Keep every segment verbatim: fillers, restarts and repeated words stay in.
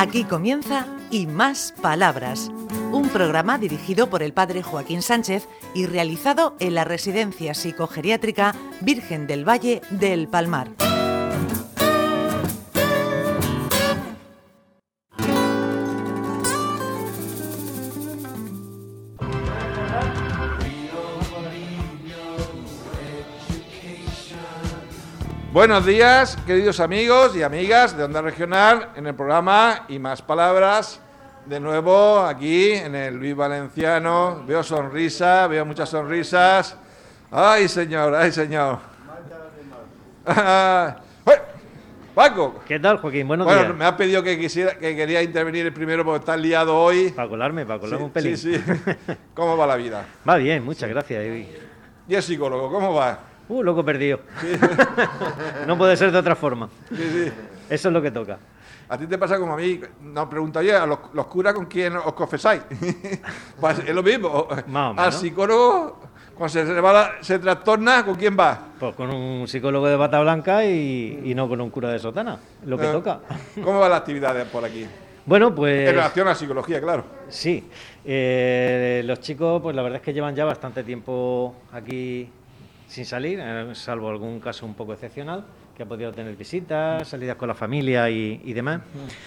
Aquí comienza Y Más Palabras, un programa dirigido por el padre Joaquín Sánchez y realizado en la Residencia Psicogeriátrica Virgen del Valle del Palmar. Buenos días, queridos amigos y amigas de Onda Regional, en el programa Y Más Palabras, de nuevo aquí en el Luis Valenciano. Veo sonrisas, veo muchas sonrisas. ¡Ay, señor, ay, señor! Paco. ¿Qué tal, Joaquín? Buenos bueno, días. Bueno, me has pedido que quisiera, que quería intervenir el primero porque estás liado hoy. Para colarme, para colarme sí, un pelín. Sí, sí. ¿Cómo va la vida? Va bien, muchas sí. gracias. ¿Y el psicólogo, cómo va? Uh, loco perdido. Sí. No puede ser de otra forma. Sí, sí. Eso es lo que toca. A ti te pasa como a mí. Nos preguntaría a los, los curas con quién os confesáis. Pues es lo mismo. Más o menos. Al psicólogo, cuando se, se, va la, se trastorna, ¿con quién va? Pues con un psicólogo de bata blanca y, y no con un cura de sotana. Lo que eh, toca. ¿Cómo van las actividades por aquí? Bueno, pues... En relación a la psicología, claro. Sí. Eh, los chicos, pues la verdad es que llevan ya bastante tiempo aquí sin salir, salvo algún caso un poco excepcional, que ha podido tener visitas, salidas con la familia y, y demás.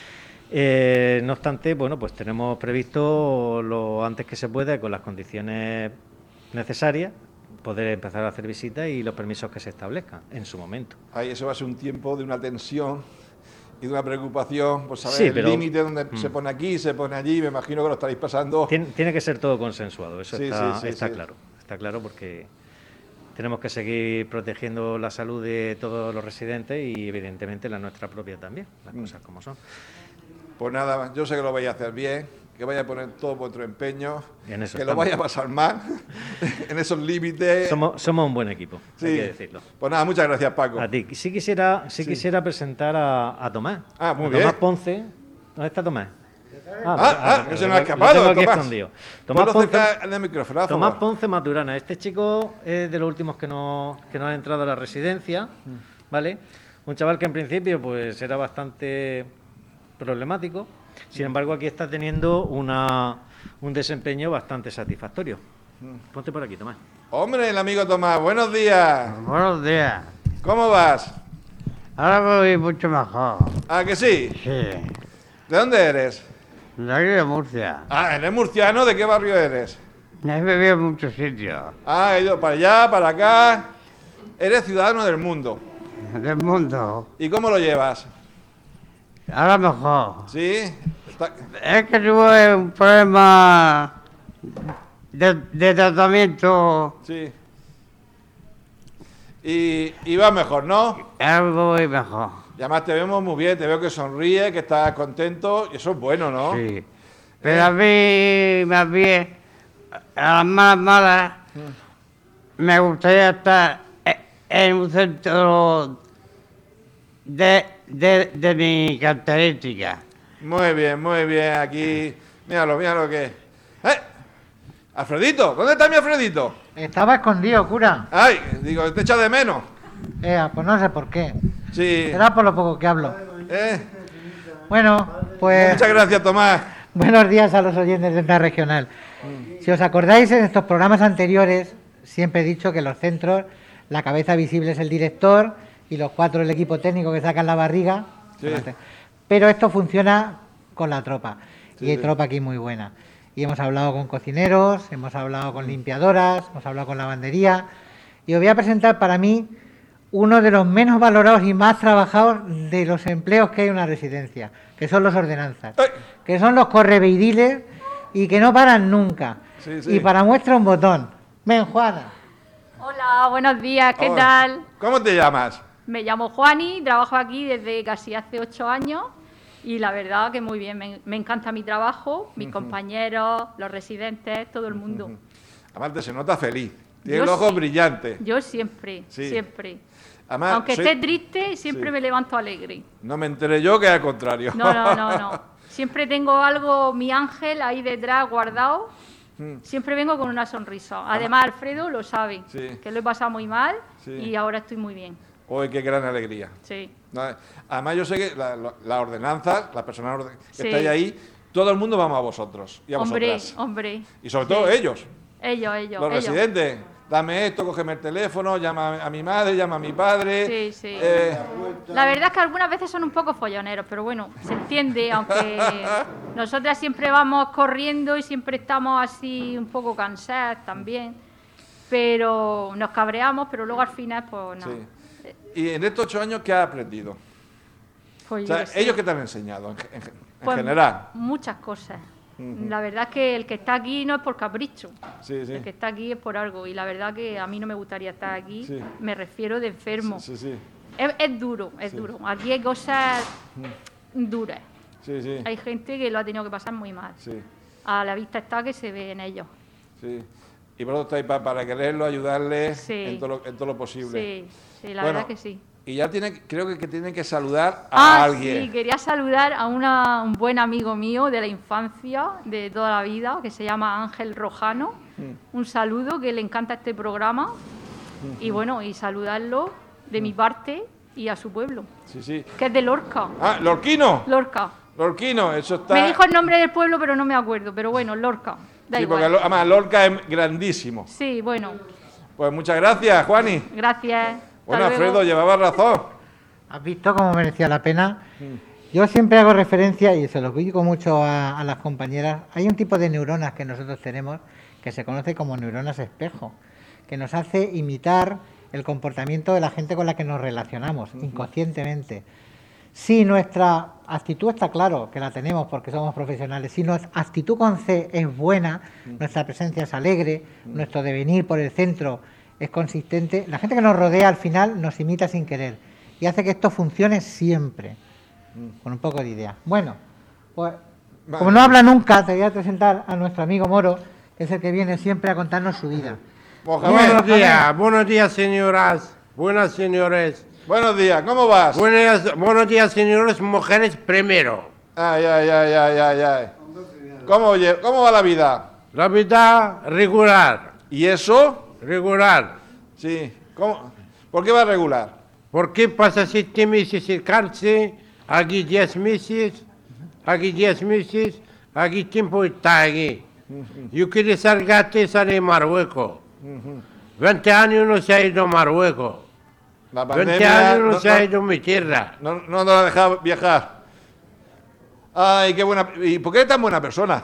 Eh, no obstante, bueno, pues tenemos previsto lo antes que se pueda, con las condiciones necesarias, poder empezar a hacer visitas y los permisos que se establezcan en su momento. Ahí eso va a ser un tiempo de una tensión y de una preocupación por saber sí, pero, el límite donde mm. se pone aquí, se pone allí. Me imagino que lo estaréis pasando. Tiene, tiene que ser todo consensuado, eso sí, está, sí, sí, está sí. claro. Está claro porque tenemos que seguir protegiendo la salud de todos los residentes y evidentemente la nuestra propia también, las mm. cosas como son. Pues nada, yo sé que lo vais a hacer bien, que vaya a poner todo vuestro empeño, que estamos. lo vaya a pasar mal, en esos límites. Somos, somos un buen equipo, sí. hay que decirlo. Pues nada, muchas gracias, Paco. A ti. Sí quisiera, sí sí. quisiera presentar a, a Tomás. Ah, muy a bien. Tomás Ponce. ¿Dónde está Tomás? Ah, ah, ah que se me ha escapado, lo tengo aquí Tomás. escondido. Tomás Ponce, en el micrófono, Tomás Ponce Maturana. Este chico es de los últimos que no, que no han entrado a la residencia, ¿vale? Un chaval que en principio pues era bastante problemático. Sin embargo, aquí está teniendo una, un desempeño bastante satisfactorio. Ponte por aquí, Tomás. Hombre, el amigo Tomás, buenos días. Buenos días. ¿Cómo vas? Ahora voy mucho mejor. ¿Ah, que sí? Sí. ¿De dónde eres? De aquí de Murcia. Ah, ¿eres murciano? ¿De qué barrio eres? He vivido en muchos sitios. Ah, he ido para allá, para acá. Eres ciudadano del mundo. Del mundo. ¿Y cómo lo llevas? Ahora mejor. ¿Sí? Está... Es que tuve un problema de, de tratamiento. Sí. Y, y va mejor, ¿no? Ahora voy mejor. Y además te vemos muy bien, te veo que sonríes, que estás contento, y eso es bueno, ¿no? Sí. Pero eh. a mí, más bien, a las malas malas, mm. me gustaría estar en un centro de, de, de mi característica. Muy bien, muy bien, aquí, míralo, míralo que... ¡Eh! Alfredito, ¿dónde está mi Alfredito? Estaba escondido, cura. Ay, digo, te echa de menos. Eh, pues no sé por qué. Sí. Será por lo poco que hablo. ¿Eh? Bueno, pues... Muchas gracias, Tomás. Buenos días a los oyentes de Onda Regional. Mm. Si os acordáis, en estos programas anteriores siempre he dicho que los centros, la cabeza visible es el director y los cuatro el equipo técnico que sacan la barriga. Sí. Pero esto funciona con la tropa. Sí, y hay sí. tropa aquí muy buena. Y hemos hablado con cocineros, hemos hablado con limpiadoras, hemos hablado con lavandería. Y os voy a presentar para mí uno de los menos valorados y más trabajados de los empleos que hay en una residencia, que son los ordenanzas, ¡Ay! Que son los correveidiles y que no paran nunca. Sí, sí. Y para muestra un botón. Ven, Juana. Hola, buenos días, ¿qué Hola. tal? ¿Cómo te llamas? Me llamo Juani, trabajo aquí desde casi hace ocho años y la verdad que muy bien, me, me encanta mi trabajo, mis uh-huh. compañeros, los residentes, todo el mundo. Uh-huh. Aparte se nota feliz, tiene yo el ojo sí, brillante. Yo siempre, sí. siempre. Además, aunque soy... esté triste, siempre sí. me levanto alegre. No me enteré yo que al contrario. No, no, no, no. Siempre tengo algo, mi ángel ahí detrás guardado. Mm. Siempre vengo con una sonrisa. Además, Alfredo lo sabe, sí. que lo he pasado muy mal sí. y ahora estoy muy bien. ¡Uy, qué gran alegría! Sí. No, además, yo sé que las la, la ordenanzas, las personas orden, que Sí. estáis ahí, todo el mundo vamos a vosotros y a Hombre, vosotras. hombre. Y sobre Sí. todo ellos, Ellos, ellos. los ellos. residentes. Dame esto, cógeme el teléfono, llama a mi madre, llama a mi padre. Sí, sí. eh, La verdad es que algunas veces son un poco folloneros, pero bueno, se entiende, aunque nosotras siempre vamos corriendo y siempre estamos así un poco cansadas también, pero nos cabreamos, pero luego al final, pues no. sí. Y en estos ocho años, ¿qué has aprendido? Pues O yo sea, qué sé. ¿ellos qué te han enseñado en, en- en Pues general? muchas cosas. La verdad es que el que está aquí no es por capricho. Sí, sí. El que está aquí es por algo. Y la verdad que a mí no me gustaría estar aquí. Sí. Me refiero de enfermo. Sí, sí, Es, es duro, es Sí. duro. Aquí hay cosas duras. sí, sí, Hay gente que lo ha tenido que pasar muy mal. sí, A la vista está que se ve en ellos. sí. Y vosotros estáis pa- para quererlo, ayudarles Sí. en, todo lo, en todo lo posible. Sí, sí, la Bueno, verdad que sí. Y ya tiene, creo que, que tienen que saludar a Ah, alguien. sí, quería saludar a una- un buen amigo mío de la infancia, de toda la vida, que se llama Ángel Rojano. Mm. Un saludo, que le encanta este programa. Y bueno, y saludarlo de mi parte y a su pueblo, Sí, sí. que es de Lorca. Ah, Lorquino. Lorca. Lorquino, eso está. Me dijo el nombre del pueblo, pero no me acuerdo. Pero bueno, Lorca. Da Sí, igual. porque lo- además Lorca es grandísimo. Sí, bueno, Pues muchas gracias, Juani. gracias. Hasta Bueno, luego. Alfredo, llevaba razón. ¿Has visto cómo merecía la pena? Yo siempre hago referencia, y se lo digo mucho a, a las compañeras, hay un tipo de neuronas que nosotros tenemos que se conoce como neuronas espejo, que nos hace imitar el comportamiento de la gente con la que nos relacionamos, inconscientemente. Si nuestra actitud está claro, que la tenemos porque somos profesionales, si nuestra actitud con C es buena, nuestra presencia es alegre, nuestro devenir por el centro es consistente, la gente que nos rodea al final nos imita sin querer y hace que esto funcione siempre, con un poco de idea. Bueno, pues como no habla nunca, te voy a presentar a nuestro amigo Moro, que es el que viene siempre a contarnos su vida. Mohamed, Buenos días, buenos días señoras, buenas señores, buenos días, ¿cómo vas? buenos, buenos días señores, mujeres primero. Ay, ay, ay, ay, ay, ay. ¿Cómo, lle- ¿Cómo va la vida? La vida regular, ¿Y eso? regular. Sí. ¿Cómo? ¿Por qué va regular? ¿Por qué pasa siete meses en cárcel, aquí diez meses, aquí diez meses, aquí tiempo está aquí? Yo quiero ser gratis de Marruecos. veinte años no se ha ido a Marruecos. La veinte pandemia años no, no, se ha no- ido a mi tierra. no- no nos ha dejado viajar. Ay, qué buena. ¿Y por qué eres tan buena persona?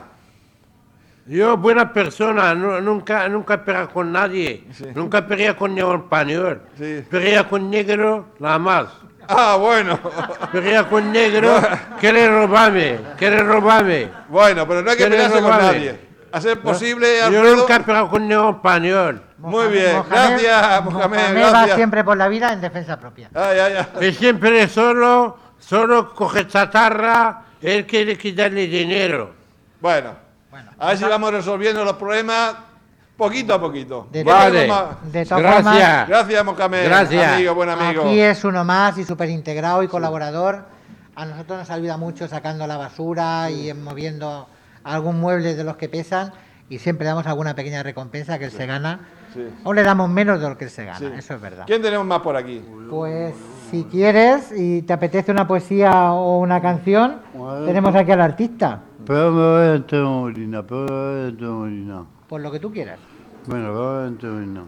Yo, buena persona, nu- nunca, nunca peleé con nadie, Sí. nunca peleé con ningún español, Sí. peleé con negro, nada más. Ah, bueno. Peleé con negro, quiere robarme, quiere robarme. Bueno, pero no hay que ¿Quieres pelearse con robarme? nadie. A ser posible, Yo Alfredo. nunca he peleado con ningún español. Muy bien, Mohamed- gracias, Mohamed, Mohamed va gracias. siempre por la vida en defensa propia. Ay, ay, ay. Y siempre solo, solo coge chatarra, él quiere quitarle dinero. Bueno, Bueno, a ver si vamos resolviendo los problemas poquito a poquito. De- ¿Qué Vale. tenemos más? De todas Gracias. formas, Gracias, Mohamed. Gracias. Amigo, buen amigo. aquí es uno más y súper integrado y colaborador. A nosotros nos ayuda mucho sacando la basura y moviendo algún mueble de los que pesan y siempre damos alguna pequeña recompensa que él se gana. Sí. O le damos menos de lo que él se gana, Sí. eso es verdad. ¿Quién tenemos más por aquí? Pues si quieres y te apetece una poesía o una canción, tenemos aquí al artista, Pero me voy a Molina, pero me voy a Molina. por lo que tú quieras. Bueno, voy a Molina.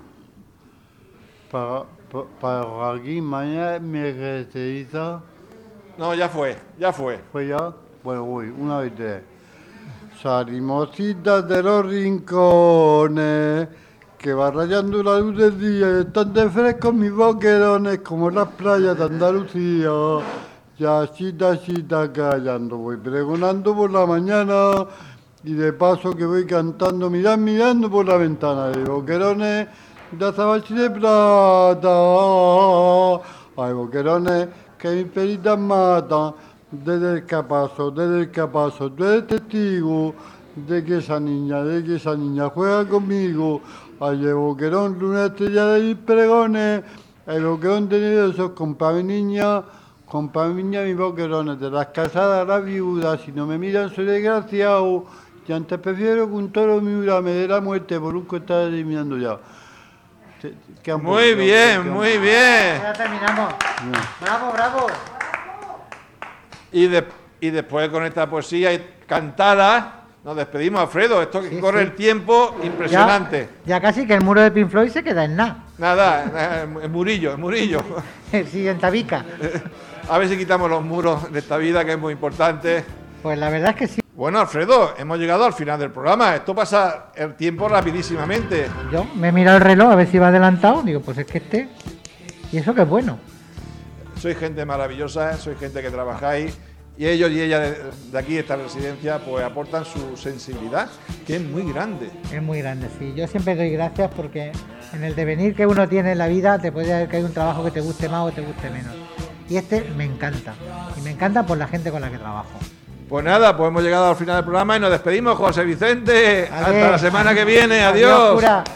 Para, pa- para aquí, mañana me caracteriza, No, ya fue, ya fue. pues ya, bueno, voy, una vez de. Salimositas de los rincones, que va rayando la luz del día y están de frescos mis boquerones como las playas de Andalucía. Ya chita, chita, callando, voy pregonando por la mañana y de paso que voy cantando, mirad, mirando por la ventana de boquerones de azabache de plata. Hay boquerones que mis peritas matan desde el capazo, desde el capazo. Tú eres testigo de que esa niña, de que esa niña juega conmigo. Hay boquerón, luna estrella de mis pregones. Hay boquerón de esos, compa mi niña. Compa mi niña, mis boquerones, de las casadas a las viudas, si no me miran soy desgraciado, y antes prefiero que un toro miura me dé la muerte por un costal eliminando ya. Te- te queda un Muy poco, bien, queda un muy poco. bien. Ya terminamos. Bravo, bravo. Y, de, y después con esta poesía cantada nos despedimos, Alfredo. Esto que Sí, corre sí. el tiempo, impresionante. Ya, ya casi que el muro de Pink Floyd se queda en nada. Nada, el Murillo, el Murillo. Sí, en Tabica. A ver si quitamos los muros de esta vida, que es muy importante. Pues la verdad es que sí. Bueno, Alfredo, hemos llegado al final del programa. Esto pasa el tiempo rapidísimamente. Yo me he mirado el reloj a ver si va adelantado. Digo, pues es que este. Y eso que es bueno. Sois gente maravillosa, sois gente que trabajáis. Y ellos y ellas de, de aquí, de esta residencia, pues aportan su sensibilidad, que es muy grande. Es muy grande, sí. Yo siempre doy gracias porque en el devenir que uno tiene en la vida te puede haber que hay un trabajo que te guste más o te guste menos. Y este me encanta. Y me encanta por la gente con la que trabajo. Pues nada, pues hemos llegado al final del programa y nos despedimos, José Vicente. Vale. Hasta la semana que viene. Adiós, Adiós. cura.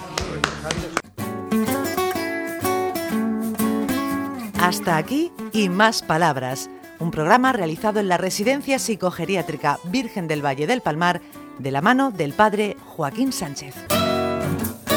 Hasta aquí y más palabras. Un programa realizado en la Residencia Psicogeriátrica Virgen del Valle del Palmar de la mano del padre Joaquín Sánchez.